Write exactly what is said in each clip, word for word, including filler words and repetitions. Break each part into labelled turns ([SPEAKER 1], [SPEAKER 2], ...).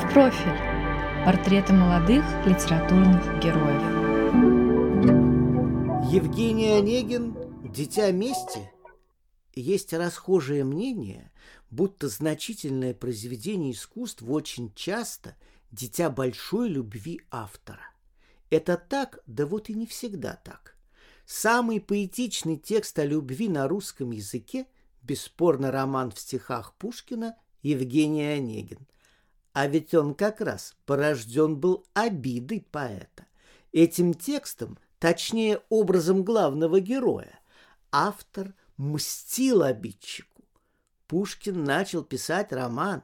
[SPEAKER 1] Профиль. Портреты молодых литературных героев.
[SPEAKER 2] Евгений Онегин «Дитя мести». Есть расхожее мнение, будто значительное произведение искусства очень часто дитя большой любви автора. Это так, да вот и не всегда так. Самый поэтичный текст о любви на русском языке бесспорно роман в стихах Пушкина «Евгений Онегин». А ведь он как раз порожден был обидой поэта. Этим текстом, точнее образом главного героя, автор мстил обидчику. Пушкин начал писать роман,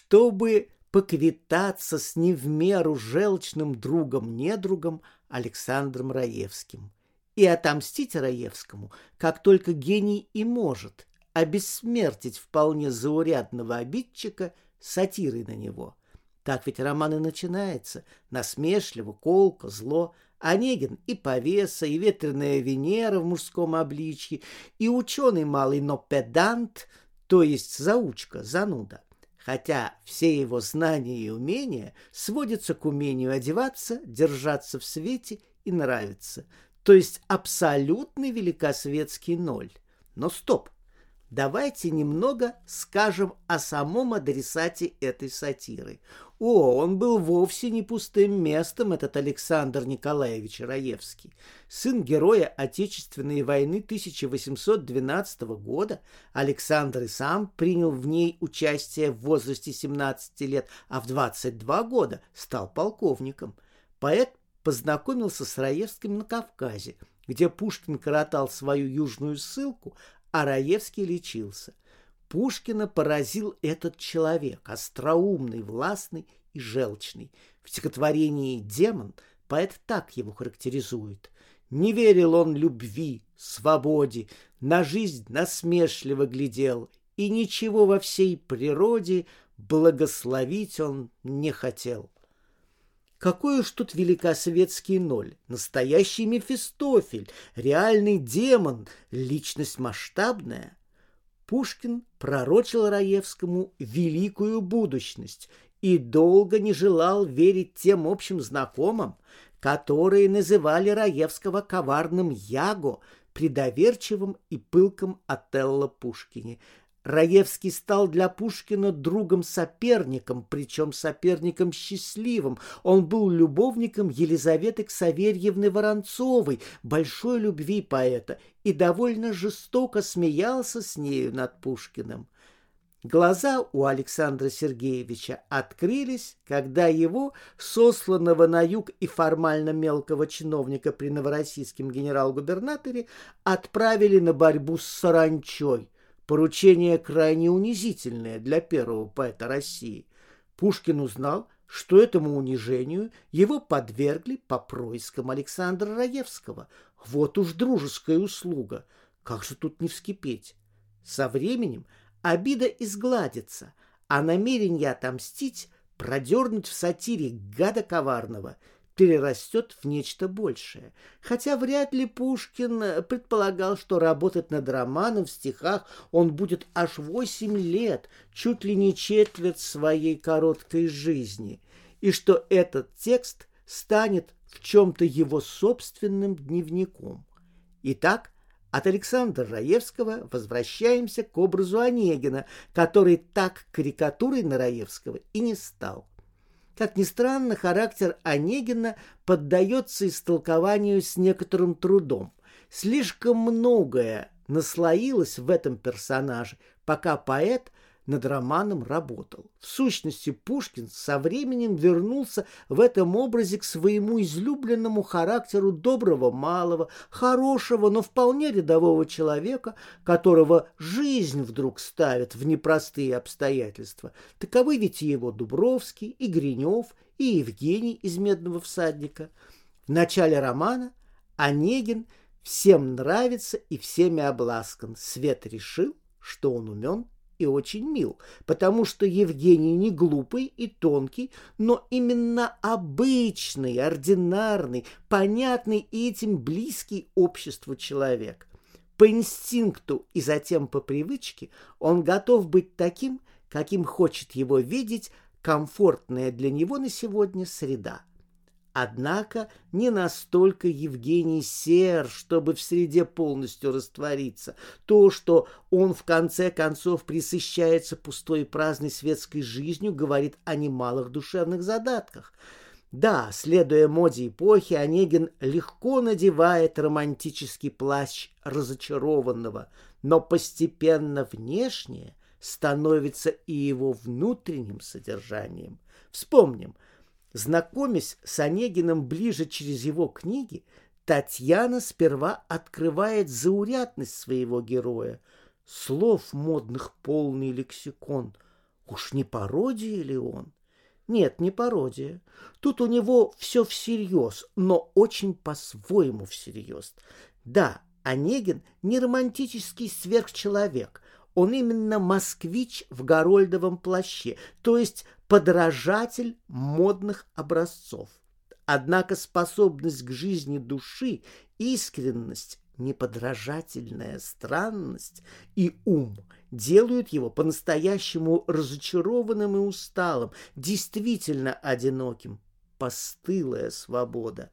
[SPEAKER 2] чтобы поквитаться с не в меру желчным другом-недругом Александром Раевским и отомстить Раевскому, как только гений и может, обессмертить вполне заурядного обидчика сатирой на него. Так ведь роман и начинается: насмешливо, колко, зло. Онегин и повеса, и ветреная Венера в мужском обличье, и ученый малый, но педант, то есть заучка, зануда. Хотя все его знания и умения сводятся к умению одеваться, держаться в свете и нравиться, то есть абсолютный великосветский ноль. Но стоп! Давайте немного скажем о самом адресате этой сатиры. О, он был вовсе не пустым местом, этот Александр Николаевич Раевский. Сын героя Отечественной войны тысяча восемьсот двенадцатого года, Александр и сам принял в ней участие в возрасте семнадцати лет, а в двадцать два года стал полковником. Поэт познакомился с Раевским на Кавказе, где Пушкин коротал свою южную ссылку, а Раевский лечился. Пушкина поразил этот человек, остроумный, властный и желчный. В стихотворении «Демон» поэт так его характеризует: «Не верил он любви, свободе, на жизнь насмешливо глядел, и ничего во всей природе благословить он не хотел». Какой уж тут великосветский ноль, настоящий Мефистофель, реальный демон, личность масштабная. Пушкин пророчил Раевскому великую будущность и долго не желал верить тем общим знакомым, которые называли Раевского коварным Яго при доверчивом и пылком Отелло Пушкине. Раевский стал для Пушкина другом-соперником, причем соперником счастливым. Он был любовником Елизаветы Ксаверьевны Воронцовой, большой любви поэта, и довольно жестоко смеялся с нею над Пушкиным. Глаза у Александра Сергеевича открылись, когда его, сосланного на юг и формально мелкого чиновника при новороссийском генерал-губернаторе, отправили на борьбу с саранчой. Поручение крайне унизительное для первого поэта России. Пушкин узнал, что этому унижению его подвергли по проискам Александра Раевского. Вот уж дружеская услуга. Как же тут не вскипеть? Со временем обида изгладится, а намерение отомстить, продернуть в сатире гада коварного, перерастет в нечто большее. Хотя вряд ли Пушкин предполагал, что работать над романом в стихах он будет аж восемь лет, чуть ли не четверть своей короткой жизни, и что этот текст станет в чем-то его собственным дневником. Итак, от Александра Раевского возвращаемся к образу Онегина, который так карикатурой на Раевского и не стал. Как ни странно, характер Онегина поддается истолкованию с некоторым трудом. Слишком многое наслоилось в этом персонаже, пока поэт над романом работал. В сущности, Пушкин со временем вернулся в этом образе к своему излюбленному характеру доброго малого, хорошего, но вполне рядового человека, которого жизнь вдруг ставит в непростые обстоятельства. Таковы ведь и его Дубровский, и Гринев, и Евгений из «Медного всадника». В начале романа Онегин всем нравится и всеми обласкан. Свет решил, что он умен и очень мил, потому что Евгений не глупый и тонкий, но именно обычный, ординарный, понятный и этим близкий обществу человек. По инстинкту и затем по привычке он готов быть таким, каким хочет его видеть комфортная для него на сегодня среда. Однако не настолько Евгений сер, чтобы в среде полностью раствориться. То, что он в конце концов пресыщается пустой и праздной светской жизнью, говорит о немалых душевных задатках. Да, следуя моде эпохи, Онегин легко надевает романтический плащ разочарованного, но постепенно внешнее становится и его внутренним содержанием. Вспомним, знакомясь с Онегиным ближе через его книги, Татьяна сперва открывает заурядность своего героя. Слов модных полный лексикон. Уж не пародия ли он? Нет, не пародия. Тут у него все всерьез, но очень по-своему всерьез. Да, Онегин не романтический сверхчеловек. Он именно москвич в горольдовом плаще, то есть подражатель модных образцов. Однако способность к жизни души, искренность, неподражательная странность и ум делают его по-настоящему разочарованным и усталым, действительно одиноким, постылая свобода.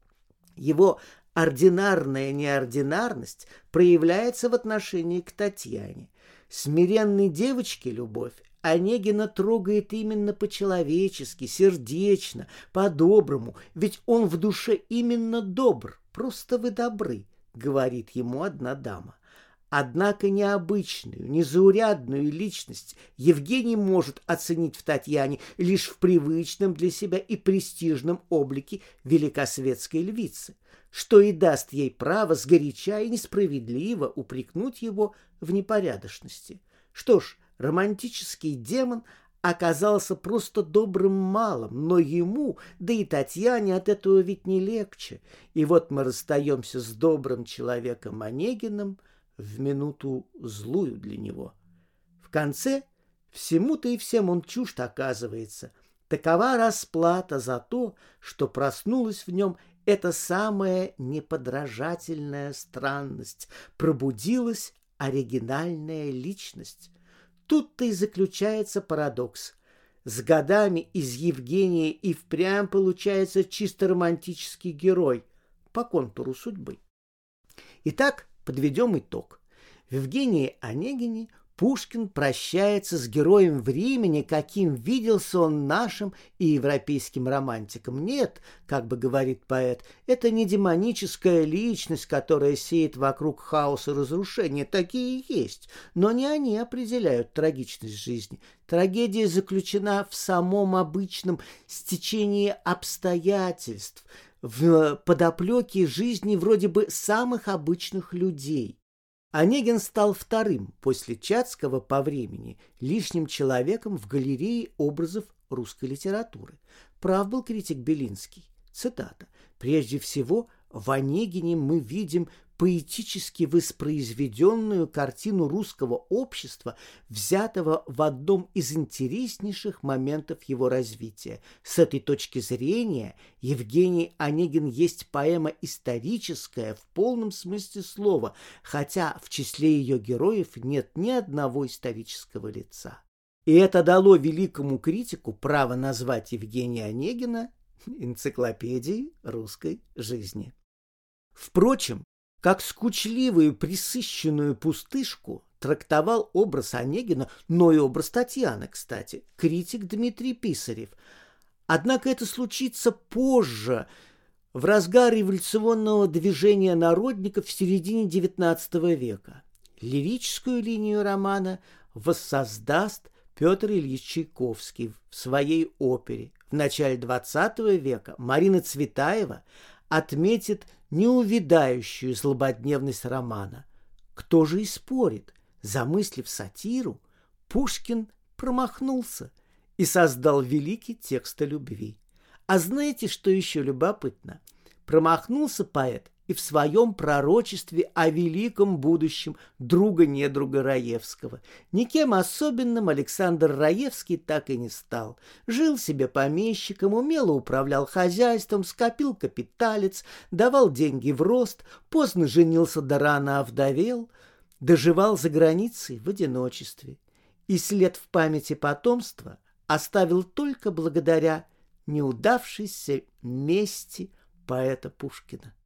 [SPEAKER 2] Его ординарная неординарность проявляется в отношении к Татьяне. Смиренной девочке любовь Онегина трогает именно по-человечески, сердечно, по-доброму, ведь он в душе именно добр, просто вы добры, говорит ему одна дама. Однако необычную, незаурядную личность Евгений может оценить в Татьяне лишь в привычном для себя и престижном облике великосветской львицы, что и даст ей право сгоряча и несправедливо упрекнуть его в непорядочности. Что ж, романтический демон оказался просто добрым малым, но ему, да и Татьяне от этого ведь не легче. И вот мы расстаемся с добрым человеком Онегиным в минуту злую для него. В конце всему-то и всем он чужд оказывается. Такова расплата за то, что проснулась в нем эта самая неподражательная странность, пробудилась оригинальная личность. Тут-то и заключается парадокс. С годами из Евгения и впрямь получается чисто романтический герой по контуру судьбы. Итак, подведем итог. В Евгении Онегине Пушкин прощается с героем времени, каким виделся он нашим и европейским романтикам. Нет, как бы говорит поэт, это не демоническая личность, которая сеет вокруг хаос и разрушения. Такие есть, но не они определяют трагичность жизни. Трагедия заключена в самом обычном стечении обстоятельств, в подоплеке жизни вроде бы самых обычных людей. Онегин стал вторым после Чацкого по времени лишним человеком в галерее образов русской литературы. Прав был критик Белинский. Цитата. «Прежде всего, в Онегине мы видим поэтически воспроизведенную картину русского общества, взятого в одном из интереснейших моментов его развития. С этой точки зрения Евгений Онегин есть поэма историческая в полном смысле слова, хотя в числе ее героев нет ни одного исторического лица». И это дало великому критику право назвать Евгения Онегина энциклопедией русской жизни. Впрочем, как скучливую, пресыщенную пустышку трактовал образ Онегина, но и образ Татьяны, кстати, критик Дмитрий Писарев. Однако это случится позже, в разгар революционного движения народников в середине девятнадцатого века. Лирическую линию романа воссоздаст Петр Ильич Чайковский в своей опере. В начале двадцатого века Марина Цветаева отметит неувядающую злободневность романа. Кто же и спорит? Замыслив сатиру, Пушкин промахнулся и создал великий текст о любви. А знаете, что еще любопытно? Промахнулся поэт и в своем пророчестве о великом будущем друга-недруга Раевского. Никем особенным Александр Раевский так и не стал. Жил себе помещиком, умело управлял хозяйством, скопил капиталец, давал деньги в рост, поздно женился да рано овдовел, доживал за границей в одиночестве. И след в памяти потомства оставил только благодаря неудавшейся мести поэта Пушкина.